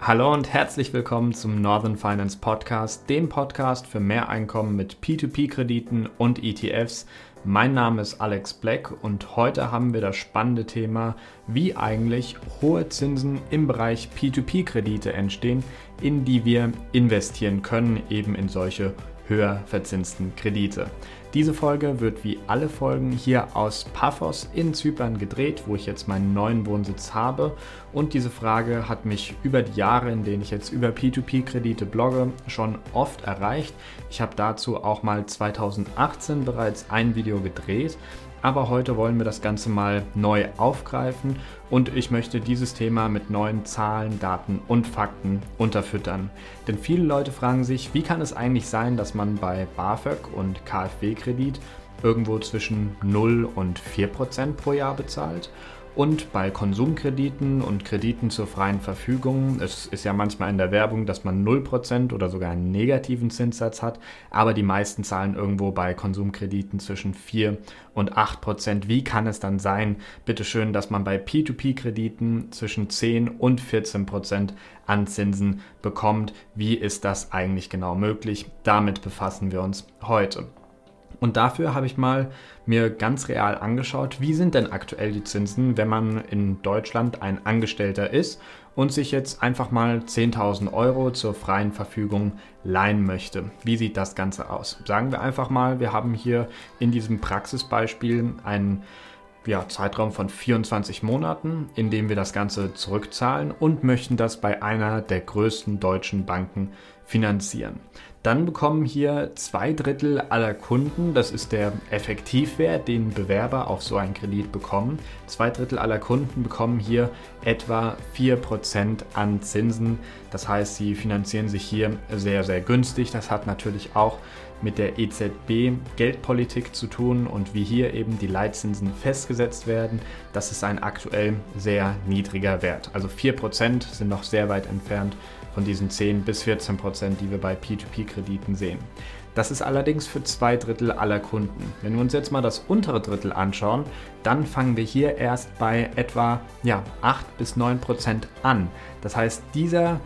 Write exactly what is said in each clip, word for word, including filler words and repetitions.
Hallo und herzlich willkommen zum Northern Finance Podcast, dem Podcast für mehr Einkommen mit P zwei P-Krediten und E T Fs. Mein Name ist Alex Black und heute haben wir das spannende Thema, wie eigentlich hohe Zinsen im Bereich P zwei P-Kredite entstehen, in die wir investieren können, eben in solche höher verzinsten Kredite. Diese Folge wird wie alle Folgen hier aus Paphos in Zypern gedreht, wo ich jetzt meinen neuen Wohnsitz habe. Und diese Frage hat mich über die Jahre, in denen ich jetzt über P zwei P-Kredite blogge, schon oft erreicht. Ich habe dazu auch mal zweitausendachtzehn bereits ein Video gedreht. Aber heute wollen wir das Ganze mal neu aufgreifen und ich möchte dieses Thema mit neuen Zahlen, Daten und Fakten unterfüttern. Denn viele Leute fragen sich, wie kann es eigentlich sein, dass man bei BAföG und KfW-Kredit irgendwo zwischen null und vier Prozent pro Jahr bezahlt? Und bei Konsumkrediten und Krediten zur freien Verfügung, es ist ja manchmal in der Werbung, dass man null Prozent oder sogar einen negativen Zinssatz hat, aber die meisten zahlen irgendwo bei Konsumkrediten zwischen vier und acht Prozent. Wie kann es dann sein, bitteschön, dass man bei P zwei P-Krediten zwischen zehn und vierzehn Prozent an Zinsen bekommt? Wie ist das eigentlich genau möglich? Damit befassen wir uns heute. Und dafür habe ich mal mir ganz real angeschaut, wie sind denn aktuell die Zinsen, wenn man in Deutschland ein Angestellter ist und sich jetzt einfach mal zehntausend Euro zur freien Verfügung leihen möchte. Wie sieht das Ganze aus? Sagen wir einfach mal, wir haben hier in diesem Praxisbeispiel einen ja, Zeitraum von vierundzwanzig Monaten, in dem wir das Ganze zurückzahlen und möchten das bei einer der größten deutschen Banken finanzieren. Dann bekommen hier zwei Drittel aller Kunden, das ist der Effektivwert, den Bewerber auf so einen Kredit bekommen, zwei Drittel aller Kunden bekommen hier etwa vier Prozent an Zinsen. Das heißt, sie finanzieren sich hier sehr, sehr günstig. Das hat natürlich auch mit der E Z B-Geldpolitik zu tun und wie hier eben die Leitzinsen festgesetzt werden. Das ist ein aktuell sehr niedriger Wert. Also vier Prozent sind noch sehr weit entfernt von diesen zehn bis vierzehn Prozent, die wir bei P zwei P-Krediten sehen. Das ist allerdings für zwei Drittel aller Kunden. Wenn wir uns jetzt mal das untere Drittel anschauen, dann fangen wir hier erst bei etwa ja, acht bis neun Prozent an. Das heißt, dieser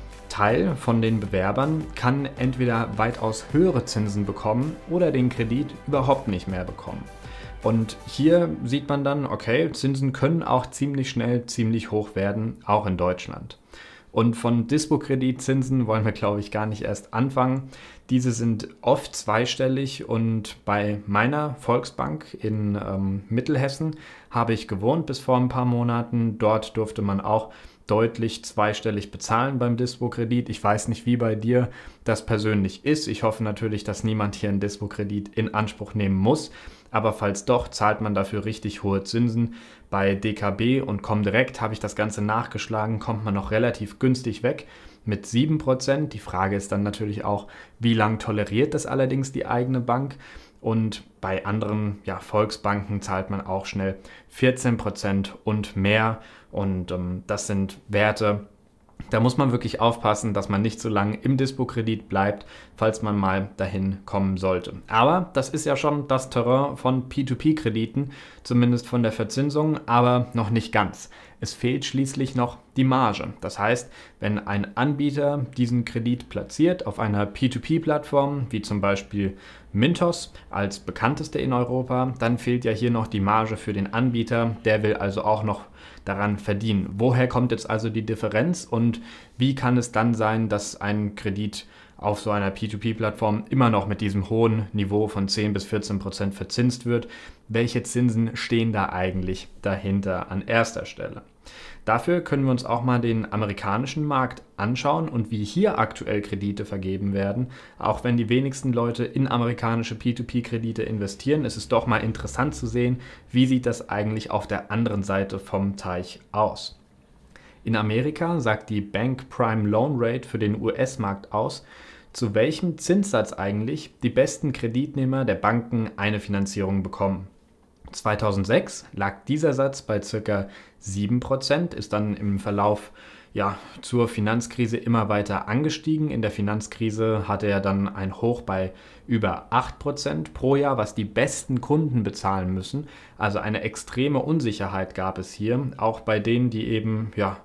Teil von den Bewerbern kann entweder weitaus höhere Zinsen bekommen oder den Kredit überhaupt nicht mehr bekommen. Und hier sieht man dann, okay, Zinsen können auch ziemlich schnell ziemlich hoch werden, auch in Deutschland. Und von Dispo-Kreditzinsen wollen wir, glaube ich, gar nicht erst anfangen. Diese sind oft zweistellig und bei meiner Volksbank in ähm, Mittelhessen habe ich gewohnt bis vor ein paar Monaten. Dort durfte man auch deutlich zweistellig bezahlen beim Dispo-Kredit. Ich weiß nicht, wie bei dir das persönlich ist. Ich hoffe natürlich, dass niemand hier einen Dispo-Kredit in Anspruch nehmen muss. Aber falls doch, zahlt man dafür richtig hohe Zinsen. Bei D K B und Comdirect habe ich das Ganze nachgeschlagen, kommt man noch relativ günstig weg mit sieben Prozent. Die Frage ist dann natürlich auch, wie lang toleriert das allerdings die eigene Bank? Und bei anderen ja, Volksbanken zahlt man auch schnell vierzehn Prozent und mehr. Und ähm, das sind Werte, da muss man wirklich aufpassen, dass man nicht so lange im Dispo-Kredit bleibt, falls man mal dahin kommen sollte. Aber das ist ja schon das Terrain von P zwei P-Krediten, zumindest von der Verzinsung, aber noch nicht ganz. Es fehlt schließlich noch die Marge. Das heißt, wenn ein Anbieter diesen Kredit platziert auf einer P zwei P-Plattform, wie zum Beispiel Mintos als bekannteste in Europa, dann fehlt ja hier noch die Marge für den Anbieter. Der will also auch noch daran verdienen. Woher kommt jetzt also die Differenz und wie kann es dann sein, dass ein Kredit auf so einer P zwei P-Plattform immer noch mit diesem hohen Niveau von zehn bis vierzehn Prozent verzinst wird? Welche Zinsen stehen da eigentlich dahinter an erster Stelle? Dafür können wir uns auch mal den amerikanischen Markt anschauen und wie hier aktuell Kredite vergeben werden. Auch wenn die wenigsten Leute in amerikanische P zwei P-Kredite investieren, ist es doch mal interessant zu sehen, wie sieht das eigentlich auf der anderen Seite vom Teich aus. In Amerika sagt die Bank Prime Loan Rate für den U S-Markt aus, zu welchem Zinssatz eigentlich die besten Kreditnehmer der Banken eine Finanzierung bekommen. zweitausendsechs lag dieser Satz bei ca. sieben Prozent, ist dann im Verlauf ja, zur Finanzkrise immer weiter angestiegen. In der Finanzkrise hatte er dann ein Hoch bei über acht Prozent pro Jahr, was die besten Kunden bezahlen müssen. Also eine extreme Unsicherheit gab es hier, auch bei denen, die eben ja,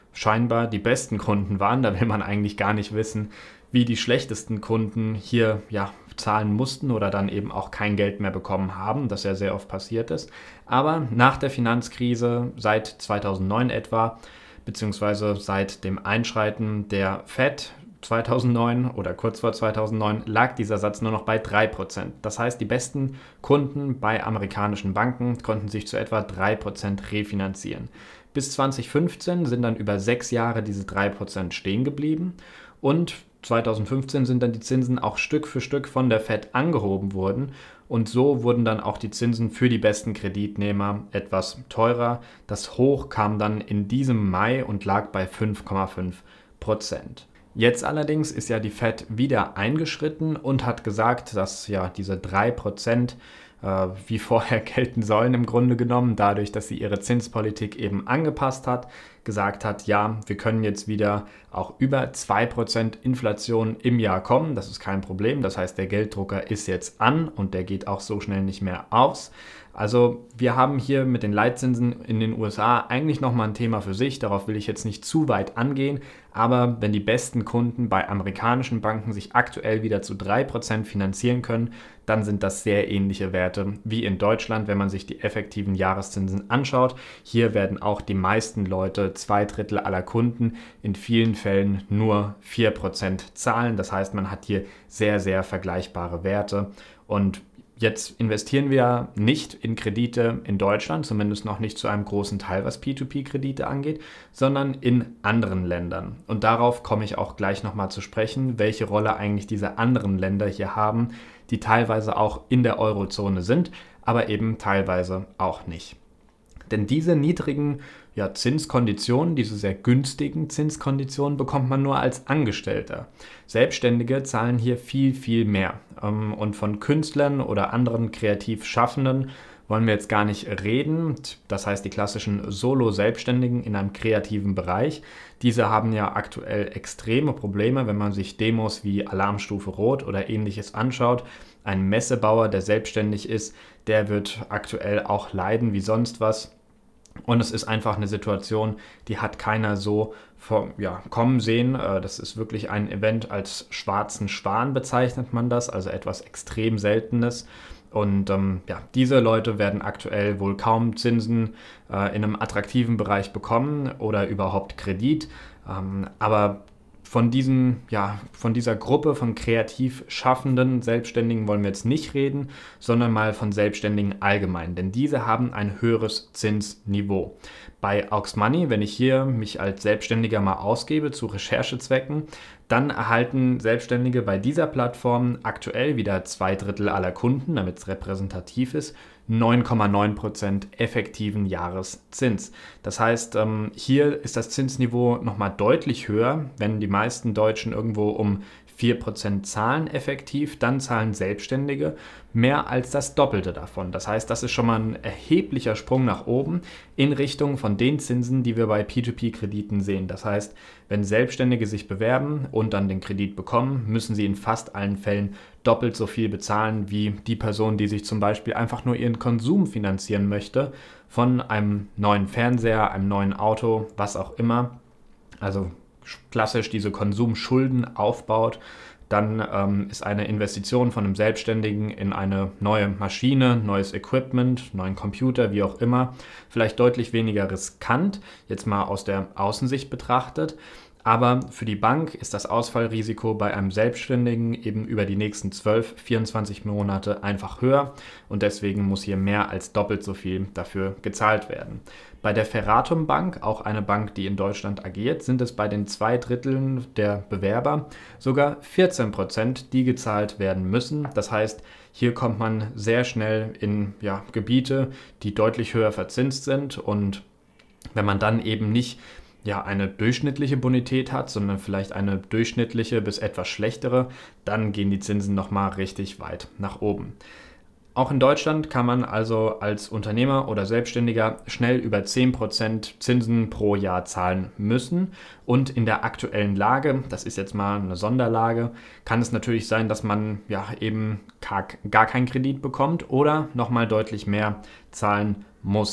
scheinbar die besten Kunden waren. Da will man eigentlich gar nicht wissen, wie die schlechtesten Kunden hier ja, zahlen mussten oder dann eben auch kein Geld mehr bekommen haben, das ja sehr oft passiert ist. Aber nach der Finanzkrise seit zweitausendneun etwa, beziehungsweise seit dem Einschreiten der Fed zweitausendneun oder kurz vor zweitausendneun, lag dieser Satz nur noch bei drei Prozent. Das heißt, die besten Kunden bei amerikanischen Banken konnten sich zu etwa drei Prozent refinanzieren. Bis zweitausendfünfzehn sind dann über sechs Jahre diese drei Prozent stehen geblieben und zweitausendfünfzehn sind dann die Zinsen auch Stück für Stück von der Fed angehoben worden und so wurden dann auch die Zinsen für die besten Kreditnehmer etwas teurer. Das Hoch kam dann in diesem Mai und lag bei fünf Komma fünf Prozent. Jetzt allerdings ist ja die Fed wieder eingeschritten und hat gesagt, dass ja diese drei Prozent äh, wie vorher gelten sollen im Grunde genommen, dadurch, dass sie ihre Zinspolitik eben angepasst hat, gesagt hat, ja, wir können jetzt wieder auch über zwei Prozent Inflation im Jahr kommen, das ist kein Problem, das heißt, der Gelddrucker ist jetzt an und der geht auch so schnell nicht mehr aus. Also wir haben hier mit den Leitzinsen in den U S A eigentlich nochmal ein Thema für sich, darauf will ich jetzt nicht zu weit angehen, aber wenn die besten Kunden bei amerikanischen Banken sich aktuell wieder zu drei Prozent finanzieren können, dann sind das sehr ähnliche Werte wie in Deutschland, wenn man sich die effektiven Jahreszinsen anschaut. Hier werden auch die meisten Leute, zwei Drittel aller Kunden, in vielen Fällen nur vier Prozent zahlen. Das heißt, man hat hier sehr, sehr vergleichbare Werte und jetzt investieren wir nicht in Kredite in Deutschland, zumindest noch nicht zu einem großen Teil, was P zwei P-Kredite angeht, sondern in anderen Ländern. Und darauf komme ich auch gleich nochmal zu sprechen, welche Rolle eigentlich diese anderen Länder hier haben, die teilweise auch in der Eurozone sind, aber eben teilweise auch nicht. Denn diese niedrigen ja, Zinskonditionen, diese sehr günstigen Zinskonditionen bekommt man nur als Angestellter. Selbstständige zahlen hier viel, viel mehr. Und von Künstlern oder anderen kreativ Schaffenden wollen wir jetzt gar nicht reden. Das heißt, die klassischen Solo-Selbstständigen in einem kreativen Bereich, diese haben ja aktuell extreme Probleme, wenn man sich Demos wie Alarmstufe Rot oder ähnliches anschaut. Ein Messebauer, der selbstständig ist, der wird aktuell auch leiden wie sonst was. Und es ist einfach eine Situation, die hat keiner so vom, ja, kommen sehen. Das ist wirklich ein Event, als schwarzen Schwan bezeichnet man das, also etwas extrem Seltenes. Und ähm, ja, diese Leute werden aktuell wohl kaum Zinsen äh, in einem attraktiven Bereich bekommen oder überhaupt Kredit. Ähm, aber Von, diesen, ja, von dieser Gruppe von kreativ schaffenden Selbstständigen wollen wir jetzt nicht reden, sondern mal von Selbstständigen allgemein, denn diese haben ein höheres Zinsniveau. Bei Aux Money, wenn ich hier mich als Selbstständiger mal ausgebe zu Recherchezwecken, dann erhalten Selbstständige bei dieser Plattform aktuell wieder zwei Drittel aller Kunden, damit es repräsentativ ist, neun Komma neun Prozent effektiven Jahreszins. Das heißt, hier ist das Zinsniveau nochmal deutlich höher. Wenn die meisten Deutschen irgendwo um vier Prozent zahlen effektiv, dann zahlen Selbstständige mehr als das Doppelte davon. Das heißt, das ist schon mal ein erheblicher Sprung nach oben in Richtung von den Zinsen, die wir bei P zwei P-Krediten sehen. Das heißt, wenn Selbstständige sich bewerben und dann den Kredit bekommen, müssen sie in fast allen Fällen doppelt so viel bezahlen wie die Person, die sich zum Beispiel einfach nur ihren Konsum finanzieren möchte von einem neuen Fernseher, einem neuen Auto, was auch immer. Also klassisch diese Konsumschulden aufbaut, dann ähm, ist eine Investition von einem Selbstständigen in eine neue Maschine, neues Equipment, neuen Computer, wie auch immer, vielleicht deutlich weniger riskant, jetzt mal aus der Außensicht betrachtet. Aber für die Bank ist das Ausfallrisiko bei einem Selbstständigen eben über die nächsten zwölf, vierundzwanzig Monate einfach höher und deswegen muss hier mehr als doppelt so viel dafür gezahlt werden. Bei der Ferratum Bank, auch eine Bank, die in Deutschland agiert, sind es bei den zwei Dritteln der Bewerber sogar vierzehn Prozent, die gezahlt werden müssen. Das heißt, hier kommt man sehr schnell in ja, Gebiete, die deutlich höher verzinst sind und wenn man dann eben nicht ja, eine durchschnittliche Bonität hat, sondern vielleicht eine durchschnittliche bis etwas schlechtere, dann gehen die Zinsen nochmal richtig weit nach oben. Auch in Deutschland kann man also als Unternehmer oder Selbstständiger schnell über zehn Prozent Zinsen pro Jahr zahlen müssen. Und in der aktuellen Lage, das ist jetzt mal eine Sonderlage, kann es natürlich sein, dass man ja eben gar, gar keinen Kredit bekommt oder nochmal deutlich mehr zahlen muss.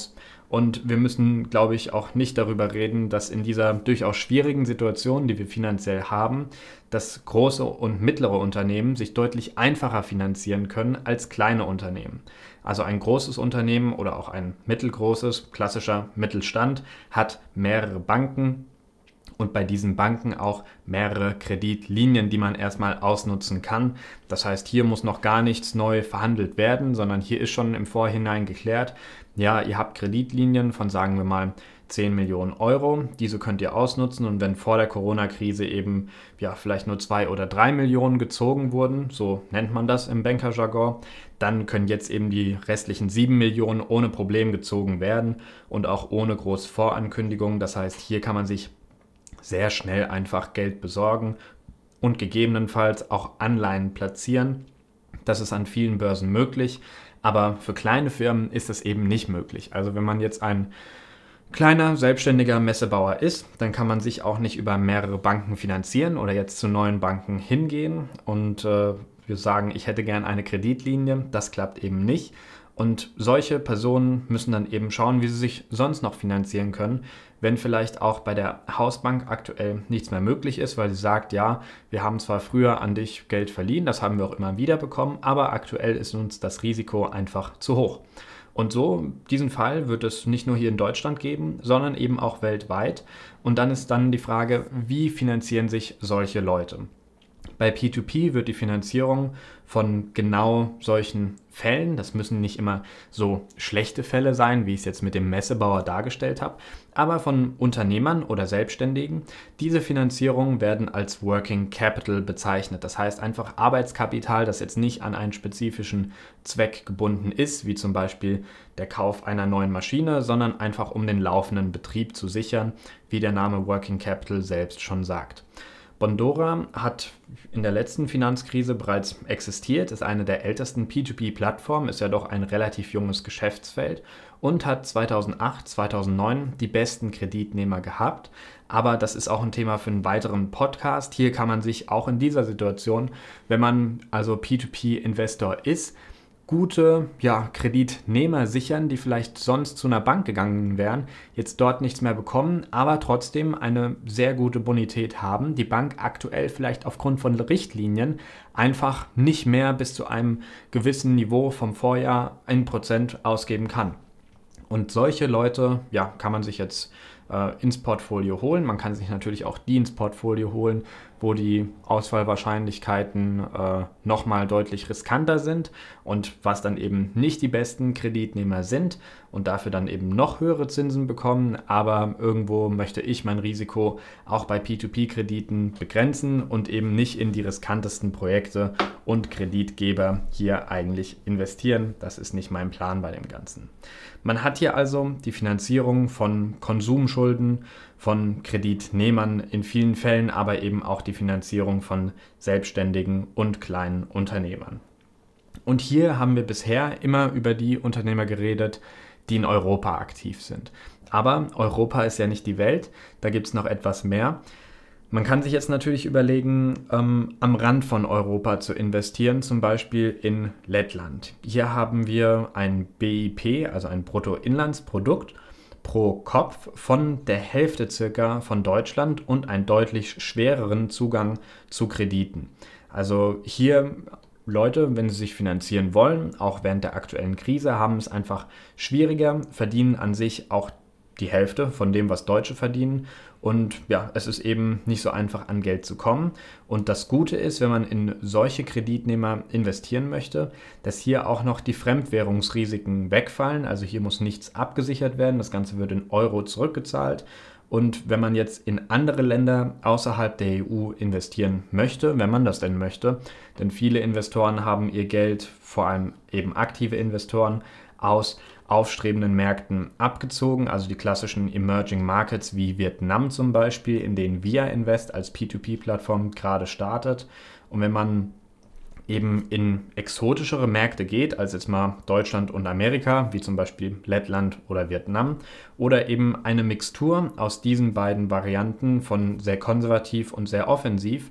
Und wir müssen, glaube ich, auch nicht darüber reden, dass in dieser durchaus schwierigen Situation, die wir finanziell haben, dass große und mittlere Unternehmen sich deutlich einfacher finanzieren können als kleine Unternehmen. Also ein großes Unternehmen oder auch ein mittelgroßes, klassischer Mittelstand, hat mehrere Banken und bei diesen Banken auch mehrere Kreditlinien, die man erstmal ausnutzen kann. Das heißt, hier muss noch gar nichts neu verhandelt werden, sondern hier ist schon im Vorhinein geklärt, ja, ihr habt Kreditlinien von, sagen wir mal, zehn Millionen Euro. Diese könnt ihr ausnutzen und wenn vor der Corona-Krise eben ja, vielleicht nur zwei oder drei Millionen gezogen wurden, so nennt man das im Bankerjargon, dann können jetzt eben die restlichen sieben Millionen ohne Problem gezogen werden und auch ohne große Vorankündigung. Das heißt, hier kann man sich sehr schnell einfach Geld besorgen und gegebenenfalls auch Anleihen platzieren. Das ist an vielen Börsen möglich, aber für kleine Firmen ist es eben nicht möglich. Also wenn man jetzt ein kleiner, selbstständiger Messebauer ist, dann kann man sich auch nicht über mehrere Banken finanzieren oder jetzt zu neuen Banken hingehen und äh, wir sagen, ich hätte gern eine Kreditlinie. Das klappt eben nicht. Und solche Personen müssen dann eben schauen, wie sie sich sonst noch finanzieren können, wenn vielleicht auch bei der Hausbank aktuell nichts mehr möglich ist, weil sie sagt, ja, wir haben zwar früher an dich Geld verliehen, das haben wir auch immer wieder bekommen, aber aktuell ist uns das Risiko einfach zu hoch. Und so, diesen Fall wird es nicht nur hier in Deutschland geben, sondern eben auch weltweit. Und dann ist dann die Frage, wie finanzieren sich solche Leute? Bei P zwei P wird die Finanzierung von genau solchen Fällen, das müssen nicht immer so schlechte Fälle sein, wie ich es jetzt mit dem Messebauer dargestellt habe, aber von Unternehmern oder Selbstständigen. Diese Finanzierungen werden als Working Capital bezeichnet. Das heißt einfach Arbeitskapital, das jetzt nicht an einen spezifischen Zweck gebunden ist, wie zum Beispiel der Kauf einer neuen Maschine, sondern einfach um den laufenden Betrieb zu sichern, wie der Name Working Capital selbst schon sagt. Bondora hat in der letzten Finanzkrise bereits existiert, ist eine der ältesten P zwei P-Plattformen, ist ja doch ein relativ junges Geschäftsfeld und hat zweitausendacht, zweitausendneun die besten Kreditnehmer gehabt. Aber das ist auch ein Thema für einen weiteren Podcast. Hier kann man sich auch in dieser Situation, wenn man also P zwei P-Investor ist, gute ja, Kreditnehmer sichern, die vielleicht sonst zu einer Bank gegangen wären, jetzt dort nichts mehr bekommen, aber trotzdem eine sehr gute Bonität haben. Die Bank aktuell vielleicht aufgrund von Richtlinien einfach nicht mehr bis zu einem gewissen Niveau vom Vorjahr ein Prozent ausgeben kann. Und solche Leute, ja, kann man sich jetzt äh, ins Portfolio holen. Man kann sich natürlich auch die ins Portfolio holen, wo die Ausfallwahrscheinlichkeiten äh, nochmal deutlich riskanter sind und was dann eben nicht die besten Kreditnehmer sind und dafür dann eben noch höhere Zinsen bekommen. Aber irgendwo möchte ich mein Risiko auch bei P zwei P-Krediten begrenzen und eben nicht in die riskantesten Projekte und Kreditgeber hier eigentlich investieren. Das ist nicht mein Plan bei dem Ganzen. Man hat hier also die Finanzierung von Konsumschulden, von Kreditnehmern in vielen Fällen, aber eben auch die Finanzierung von selbstständigen und kleinen Unternehmern. Und hier haben wir bisher immer über die Unternehmer geredet, die in Europa aktiv sind. Aber Europa ist ja nicht die Welt, da gibt es noch etwas mehr. Man kann sich jetzt natürlich überlegen, ähm, am Rand von Europa zu investieren, zum Beispiel in Lettland. Hier haben wir ein B I P, also ein Bruttoinlandsprodukt, pro Kopf von der Hälfte circa von Deutschland und einen deutlich schwereren Zugang zu Krediten. Also hier Leute, wenn sie sich finanzieren wollen, auch während der aktuellen Krise, haben es einfach schwieriger, verdienen an sich auch die Hälfte von dem, was Deutsche verdienen. Und ja, es ist eben nicht so einfach, an Geld zu kommen. Und das Gute ist, wenn man in solche Kreditnehmer investieren möchte, dass hier auch noch die Fremdwährungsrisiken wegfallen. Also hier muss nichts abgesichert werden. Das Ganze wird in Euro zurückgezahlt. Und wenn man jetzt in andere Länder außerhalb der E U investieren möchte, wenn man das denn möchte, denn viele Investoren haben ihr Geld, vor allem eben aktive Investoren, aus aufstrebenden Märkten abgezogen, also die klassischen Emerging Markets wie Vietnam zum Beispiel, in denen Via Invest als P zwei P-Plattform gerade startet. Und wenn man eben in exotischere Märkte geht, als jetzt mal Deutschland und Amerika, wie zum Beispiel Lettland oder Vietnam, oder eben eine Mixtur aus diesen beiden Varianten von sehr konservativ und sehr offensiv,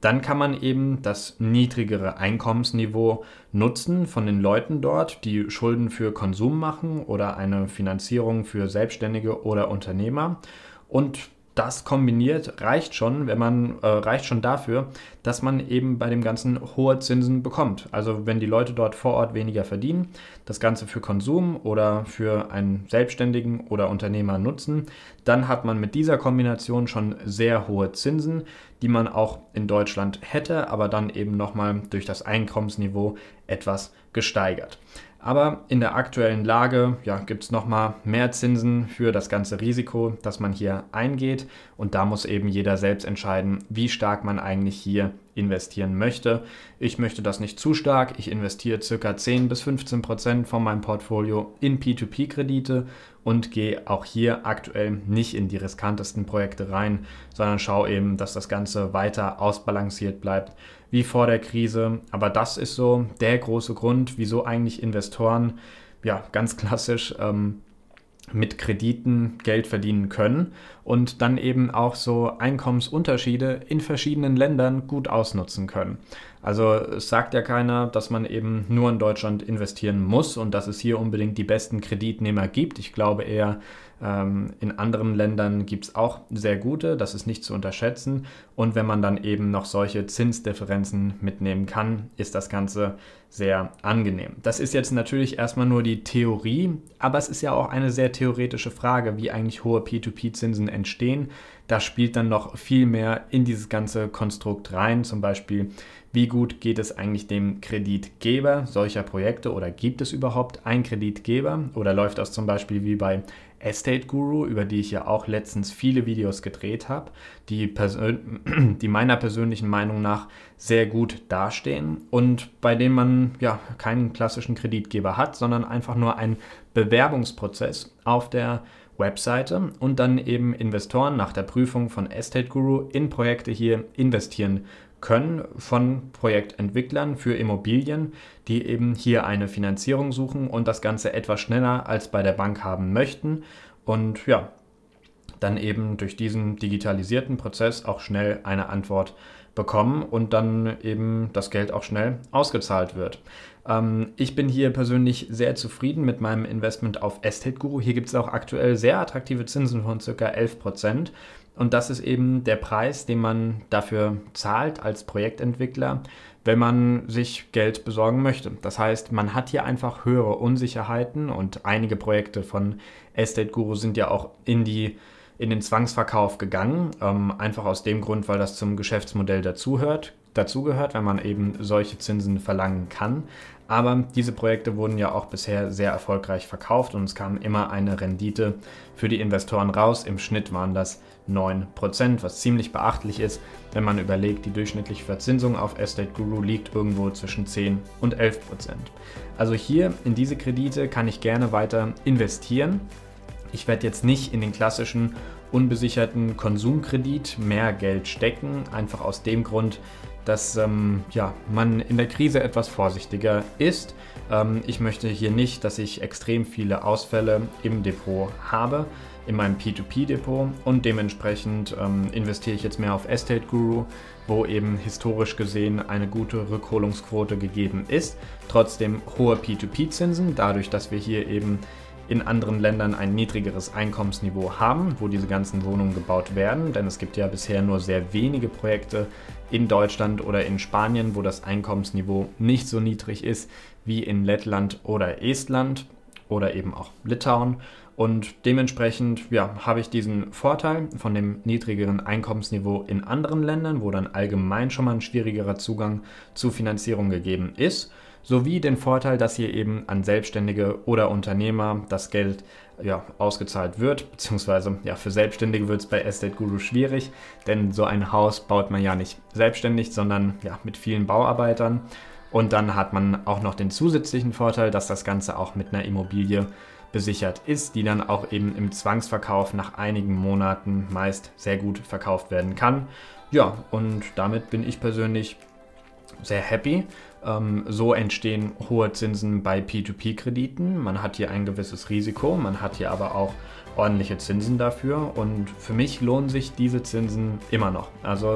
dann kann man eben das niedrigere Einkommensniveau nutzen von den Leuten dort, die Schulden für Konsum machen oder eine Finanzierung für Selbstständige oder Unternehmer. Und das kombiniert reicht schon, wenn man äh, reicht schon dafür, dass man eben bei dem Ganzen hohe Zinsen bekommt. Also wenn die Leute dort vor Ort weniger verdienen, das Ganze für Konsum oder für einen Selbstständigen oder Unternehmer nutzen, dann hat man mit dieser Kombination schon sehr hohe Zinsen, die man auch in Deutschland hätte, aber dann eben nochmal durch das Einkommensniveau etwas gesteigert. Aber in der aktuellen Lage ja, gibt es nochmal mehr Zinsen für das ganze Risiko, das man hier eingeht. Und da muss eben jeder selbst entscheiden, wie stark man eigentlich hier investieren möchte. Ich möchte das nicht zu stark. Ich investiere ca. zehn bis fünfzehn Prozent von meinem Portfolio in P zwei P-Kredite und gehe auch hier aktuell nicht in die riskantesten Projekte rein, sondern schaue eben, dass das Ganze weiter ausbalanciert bleibt wie vor der Krise. Aber das ist so der große Grund, wieso eigentlich Investoren ja ganz klassisch ähm, mit Krediten Geld verdienen können und dann eben auch so Einkommensunterschiede in verschiedenen Ländern gut ausnutzen können. Also es sagt ja keiner, dass man eben nur in Deutschland investieren muss und dass es hier unbedingt die besten Kreditnehmer gibt. Ich glaube eher, ähm, in anderen Ländern gibt es auch sehr gute, das ist nicht zu unterschätzen. Und wenn man dann eben noch solche Zinsdifferenzen mitnehmen kann, ist das Ganze sehr angenehm. Das ist jetzt natürlich erstmal nur die Theorie, aber es ist ja auch eine sehr theoretische Frage, wie eigentlich hohe P zwei P-Zinsen entstehen. Da spielt dann noch viel mehr in dieses ganze Konstrukt rein, zum Beispiel, wie gut geht es eigentlich dem Kreditgeber solcher Projekte oder gibt es überhaupt einen Kreditgeber oder läuft das zum Beispiel wie bei Estate Guru, über die ich ja auch letztens viele Videos gedreht habe, die, persön- die meiner persönlichen Meinung nach sehr gut dastehen und bei denen man ja keinen klassischen Kreditgeber hat, sondern einfach nur einen Bewerbungsprozess auf der Webseite und dann eben Investoren nach der Prüfung von Estate Guru in Projekte hier investieren können von Projektentwicklern für Immobilien, die eben hier eine Finanzierung suchen und das Ganze etwas schneller als bei der Bank haben möchten und ja, dann eben durch diesen digitalisierten Prozess auch schnell eine Antwort bekommen und dann eben das Geld auch schnell ausgezahlt wird. Ähm, ich bin hier persönlich sehr zufrieden mit meinem Investment auf Estate Guru. Hier gibt es auch aktuell sehr attraktive Zinsen von ca. elf Prozent. Und das ist eben der Preis, den man dafür zahlt als Projektentwickler, wenn man sich Geld besorgen möchte. Das heißt, man hat hier einfach höhere Unsicherheiten und einige Projekte von Estate Guru sind ja auch in die in den Zwangsverkauf gegangen, ähm, einfach aus dem Grund, weil das zum Geschäftsmodell dazugehört, dazugehört, wenn man eben solche Zinsen verlangen kann. Aber diese Projekte wurden ja auch bisher sehr erfolgreich verkauft und es kam immer eine Rendite für die Investoren raus. Im Schnitt waren das neun Prozent, was ziemlich beachtlich ist, wenn man überlegt, die durchschnittliche Verzinsung auf Estate Guru liegt irgendwo zwischen zehn und elf Prozent. Also hier in diese Kredite kann ich gerne weiter investieren. Ich werde jetzt nicht in den klassischen unbesicherten Konsumkredit mehr Geld stecken, einfach aus dem Grund, dass ähm, ja, man in der Krise etwas vorsichtiger ist. Ähm, ich möchte hier nicht, dass ich extrem viele Ausfälle im Depot habe, in meinem P zwei P-Depot und dementsprechend ähm, investiere ich jetzt mehr auf Estate Guru, wo eben historisch gesehen eine gute Rückholungsquote gegeben ist. Trotzdem hohe P zwei P-Zinsen, dadurch, dass wir hier eben in anderen Ländern ein niedrigeres Einkommensniveau haben, wo diese ganzen Wohnungen gebaut werden, denn es gibt ja bisher nur sehr wenige Projekte in Deutschland oder in Spanien, wo das Einkommensniveau nicht so niedrig ist wie in Lettland oder Estland oder eben auch Litauen. Und dementsprechend ja, habe ich diesen Vorteil von dem niedrigeren Einkommensniveau in anderen Ländern, wo dann allgemein schon mal ein schwierigerer Zugang zu Finanzierung gegeben ist, sowie den Vorteil, dass hier eben an Selbstständige oder Unternehmer das Geld ja, ausgezahlt wird, beziehungsweise ja, für Selbstständige wird es bei Estate Guru schwierig, denn so ein Haus baut man ja nicht selbstständig, sondern ja, mit vielen Bauarbeitern. Und dann hat man auch noch den zusätzlichen Vorteil, dass das Ganze auch mit einer Immobilie besichert ist, die dann auch eben im Zwangsverkauf nach einigen Monaten meist sehr gut verkauft werden kann. Ja, und damit bin ich persönlich sehr happy. Ähm, so entstehen hohe Zinsen bei P zwei P-Krediten. Man hat hier ein gewisses Risiko, man hat hier aber auch ordentliche Zinsen dafür und für mich lohnen sich diese Zinsen immer noch. Also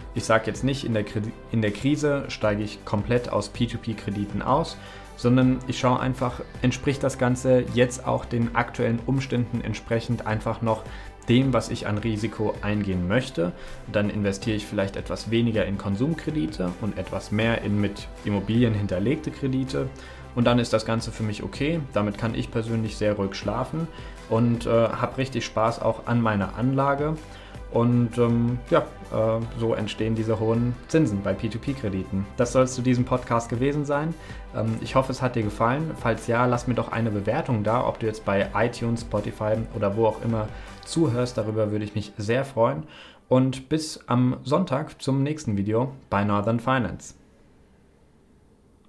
Ich sage jetzt nicht, in der, Kredit, in der Krise steige ich komplett aus P zwei P-Krediten aus, sondern ich schaue einfach, entspricht das Ganze jetzt auch den aktuellen Umständen entsprechend einfach noch dem, was ich an Risiko eingehen möchte. Dann investiere ich vielleicht etwas weniger in Konsumkredite und etwas mehr in mit Immobilien hinterlegte Kredite. Und dann ist das Ganze für mich okay. Damit kann ich persönlich sehr ruhig schlafen und äh, habe richtig Spaß auch an meiner Anlage. Und ähm, ja, äh, so entstehen diese hohen Zinsen bei P zwei P-Krediten. Das soll es zu diesem Podcast gewesen sein. Ähm, ich hoffe, es hat dir gefallen. Falls ja, lass mir doch eine Bewertung da, ob du jetzt bei iTunes, Spotify oder wo auch immer zuhörst. Darüber würde ich mich sehr freuen. Und bis am Sonntag zum nächsten Video bei Northern Finance.